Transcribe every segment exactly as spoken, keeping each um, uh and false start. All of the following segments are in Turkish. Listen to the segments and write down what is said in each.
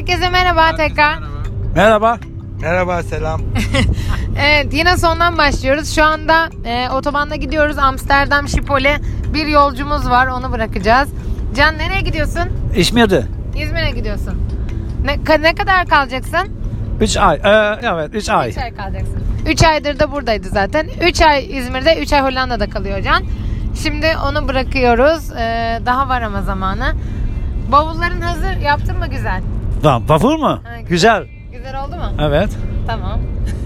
Herkese merhaba Herkese tekrar. Merhaba. Merhaba, selam. Evet, yine sondan başlıyoruz. Şu anda e, otobanda gidiyoruz. Amsterdam Schiphol'e bir yolcumuz var. Onu bırakacağız. Can, nereye gidiyorsun? İzmir'de. İzmir'e gidiyorsun. Ne, ne kadar kalacaksın? üç ay. Ee, evet, üç ay. üç ay kalacaksın. üç aydır da buradaydı zaten. üç ay İzmir'de, üç ay Hollanda'da kalıyor Can. Şimdi onu bırakıyoruz. Ee, daha var ama zamanı. Bavulların hazır. Yaptın mı güzel? Tamam. Bavul mu? Ha, güzel. Güzel oldu mu? Evet. Tamam.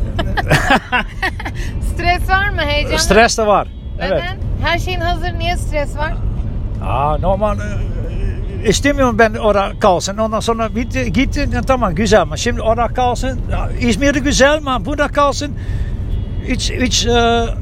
Stres var mı? Heyecan var? Stres de var. Neden? Evet. Her şeyin hazır. Niye stres var? Aa, normal e, istemiyorum ben orada kalsın. Ondan sonra gitti, gitti tamam güzel ama şimdi orada kalsın. İzmir'de güzel ama burada kalsın. Üç, üç e,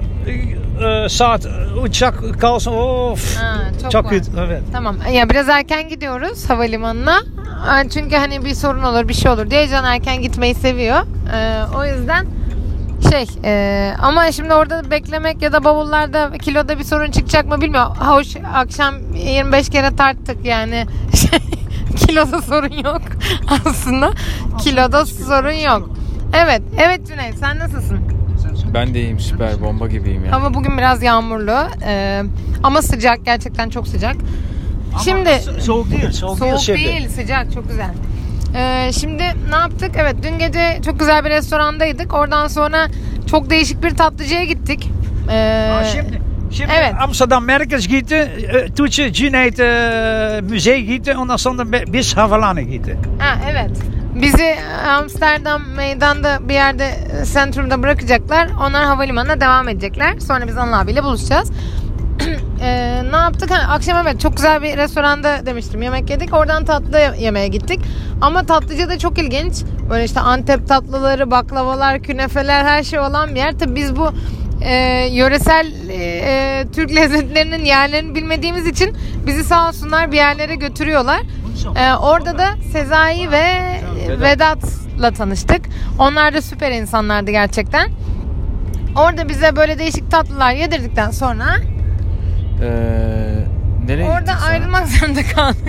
e, saat uçak kalsın. Of. Ha, çok çok var. kötü. Evet. Tamam. Ya biraz erken gidiyoruz havalimanına. Çünkü hani bir sorun olur, bir şey olur diye Can erken gitmeyi seviyor. Ee, o yüzden şey e, ama şimdi orada beklemek ya da bavullarda kiloda bir sorun çıkacak mı bilmiyorum. Hoş, akşam yirmi beş kere tarttık yani. Kiloda sorun yok aslında. Kiloda sorun yok. Evet. Evet Cüneyt, sen nasılsın? Ben de iyiyim, süper, bomba gibiyim ya. Hava bugün biraz yağmurlu ee, ama sıcak, gerçekten çok sıcak. Ama şimdi so- soğuk değil, soğuk, soğuk değil, değil, şimdi. sıcak, çok güzel. Ee, şimdi ne yaptık? Evet, dün gece çok güzel bir restorandaydık. Oradan sonra çok değişik bir tatlıcıya gittik. Ee, Aa, şimdi şimdi evet. Amsterdam Merkez gitti, e, Tuğçe Cüneyt e, müzeye gitti, ondan sonra biz Havalana gitti. Ha, evet. Bizi Amsterdam meydanda bir yerde, sentrumda bırakacaklar. Onlar havalimanına devam edecekler. Sonra biz Anıl abiyle buluşacağız. Ee, ne yaptık? Ha, akşam evet çok güzel bir restoranda demiştim yemek yedik. Oradan tatlı yemeye gittik. Ama tatlıcı da çok ilginç. Böyle işte Antep tatlıları, baklavalar, künefeler, her şey olan bir yer. Tabii biz bu e, yöresel e, Türk lezzetlerinin yerlerini bilmediğimiz için bizi sağ olsunlar bir yerlere götürüyorlar. Ee, orada da Sezai ve Vedat'la tanıştık. Onlar da süper insanlardı gerçekten. Orada bize böyle değişik tatlılar yedirdikten sonra Ee, nereye orada gittik sonra? ayrılmak zorunda kaldık.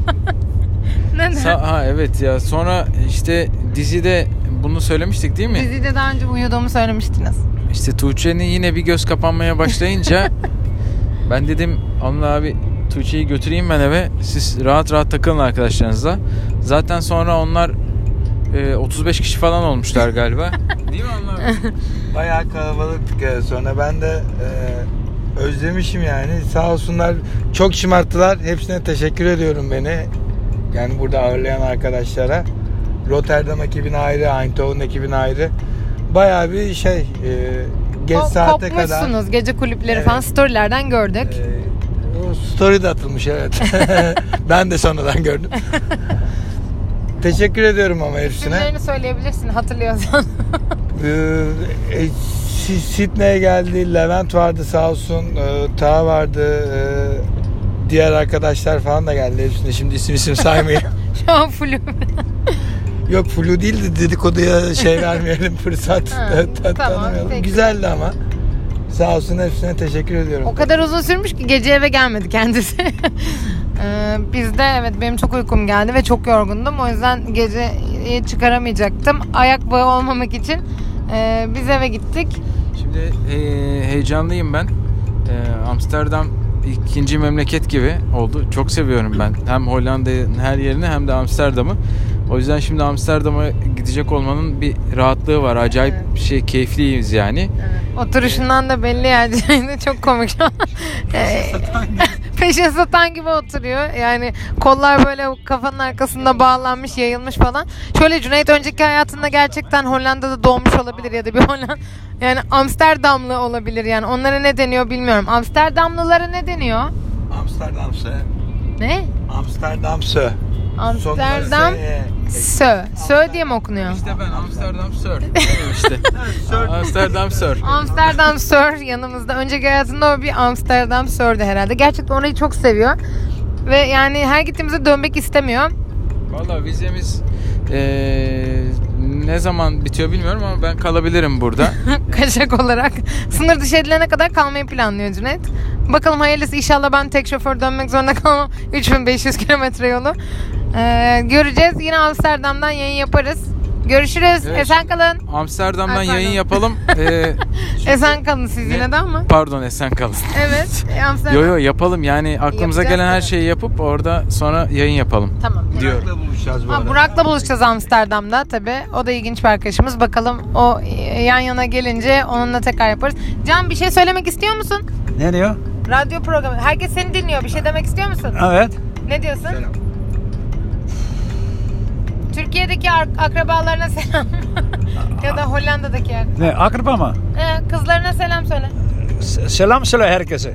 Neden? Sa- ha evet ya, sonra işte dizide bunu söylemiştik değil mi? Dizide daha önce uyuduğumu söylemiştiniz. İşte Tuğçe'nin yine bir göz kapanmaya başlayınca ben dedim Anıl abi, Tuğçe'yi götüreyim ben eve, siz rahat rahat takılın arkadaşlarınızla. Zaten sonra onlar e, otuz beş kişi falan olmuşlar galiba. Değil mi Anıl abi? Bayağı kalabalıktık ya. Sonra ben de e, özlemişim yani. Sağ olsunlar, çok şımarttılar. Hepsine teşekkür ediyorum beni. Yani burada ağırlayan arkadaşlara. Rotterdam ekibine ayrı, Eindhoven ekibine ayrı. Bayağı bir şey e, geç Ko- saate kadar. Kopmuşsunuz gece kulüpleri Evet. falan, storylerden gördük. E, o story de atılmış, evet. Ben de sonradan gördüm. Teşekkür ediyorum ama hepsine. İsimlerini söyleyebilirsin hatırlıyorsan. Ee, e, Sydney'e geldi, Levent vardı sağ olsun, e, Ta vardı, e, diğer arkadaşlar falan da geldi hepsine. Şimdi isim isim saymayayım. Şu an flu. Yok, flu değildi, dedikoduya şey vermeyelim, fırsat Ha, ta- ta- tamam, tanımayalım. peki. Güzeldi ama. Sağ olsun, hepsine teşekkür ediyorum. O kadar uzun sürmüş ki gece eve gelmedi kendisi. ee, bizde evet benim çok uykum geldi ve çok yorgundum. O yüzden gece çıkaramayacaktım. Ayak bağı olmamak için e, biz eve gittik. Şimdi he- heyecanlıyım ben. Ee, Amsterdam ikinci memleket gibi oldu. Çok seviyorum ben. Hem Hollanda'nın her yerini hem de Amsterdam'ı. O yüzden şimdi Amsterdam'a gidecek olmanın bir rahatlığı var. Acayip Evet. bir şey, keyifliyiz yani. Evet. Oturuşundan da belli yani. Çok komik şu an. Peşe satan gibi oturuyor. Yani kollar böyle kafanın arkasında bağlanmış, yayılmış falan. Şöyle, Cüneyt önceki hayatında gerçekten Hollanda'da doğmuş olabilir ya da bir Hollanda, yani Amsterdamlı olabilir yani. Onlara ne deniyor bilmiyorum. Amsterdamlılara ne deniyor? Amsterdam'sı. Ne? Amsterdam'sı. Amsterdam Sö. Sö diye mi okunuyor? İşte ben Amsterdam Sir. işte. Amsterdam Sir. Amsterdam Sir yanımızda. Önceki hayatında o bir Amsterdam Sir'di herhalde. Gerçekten orayı çok seviyor. Ve yani her gittiğimizde dönmek istemiyor. Valla vizemiz ee, ne zaman bitiyor bilmiyorum ama ben kalabilirim burada. Kaçak olarak. Sınır dışı edilene kadar kalmayı planlıyor Cüneyt. Bakalım hayırlısı, inşallah ben tek şoför dönmek zorunda kalmam. üç bin beş yüz kilometre yolu. Ee, göreceğiz. Yine Amsterdam'dan yayın yaparız. Görüşürüz. Evet. Esen kalın. Amsterdam'dan Ay, yayın pardon. yapalım. Ee, Esen kalın siz Ne? yine de ama. pardon esen kalın. Evet. Amsterdam. Yo yo yapalım yani aklımıza Yapacağız gelen her tabii. şeyi yapıp orada sonra yayın yapalım. Tamam. Diyor. Burak'la buluşacağız bu Ha, arada. Burak'la buluşacağız Amsterdam'da tabii. O da ilginç bir arkadaşımız. Bakalım o yan yana gelince onunla tekrar yaparız. Can, bir şey söylemek istiyor musun? Ne diyor? Radyo programı. Herkes seni dinliyor. Bir şey demek istiyor musun? Evet. Ne diyorsun? Selam. Türkiye'deki ar- akrabalarına selam. Ya da Hollanda'daki ar- Ne, akraba mı? Ee, kızlarına selam söyle. S- selam söyle herkese.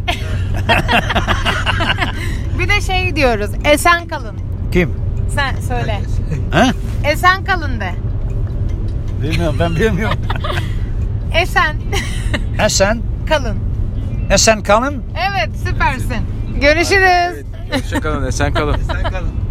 Bir de şey diyoruz. Esen kalın. Kim? Sen söyle. Ha? Esen kalın de. Bilmiyorum, ben bilmiyorum. Esen Esen, kalın. esen kalın. Evet, süpersin. Görüşürüz. Hoşçakalın esen kalın. Sen kalın.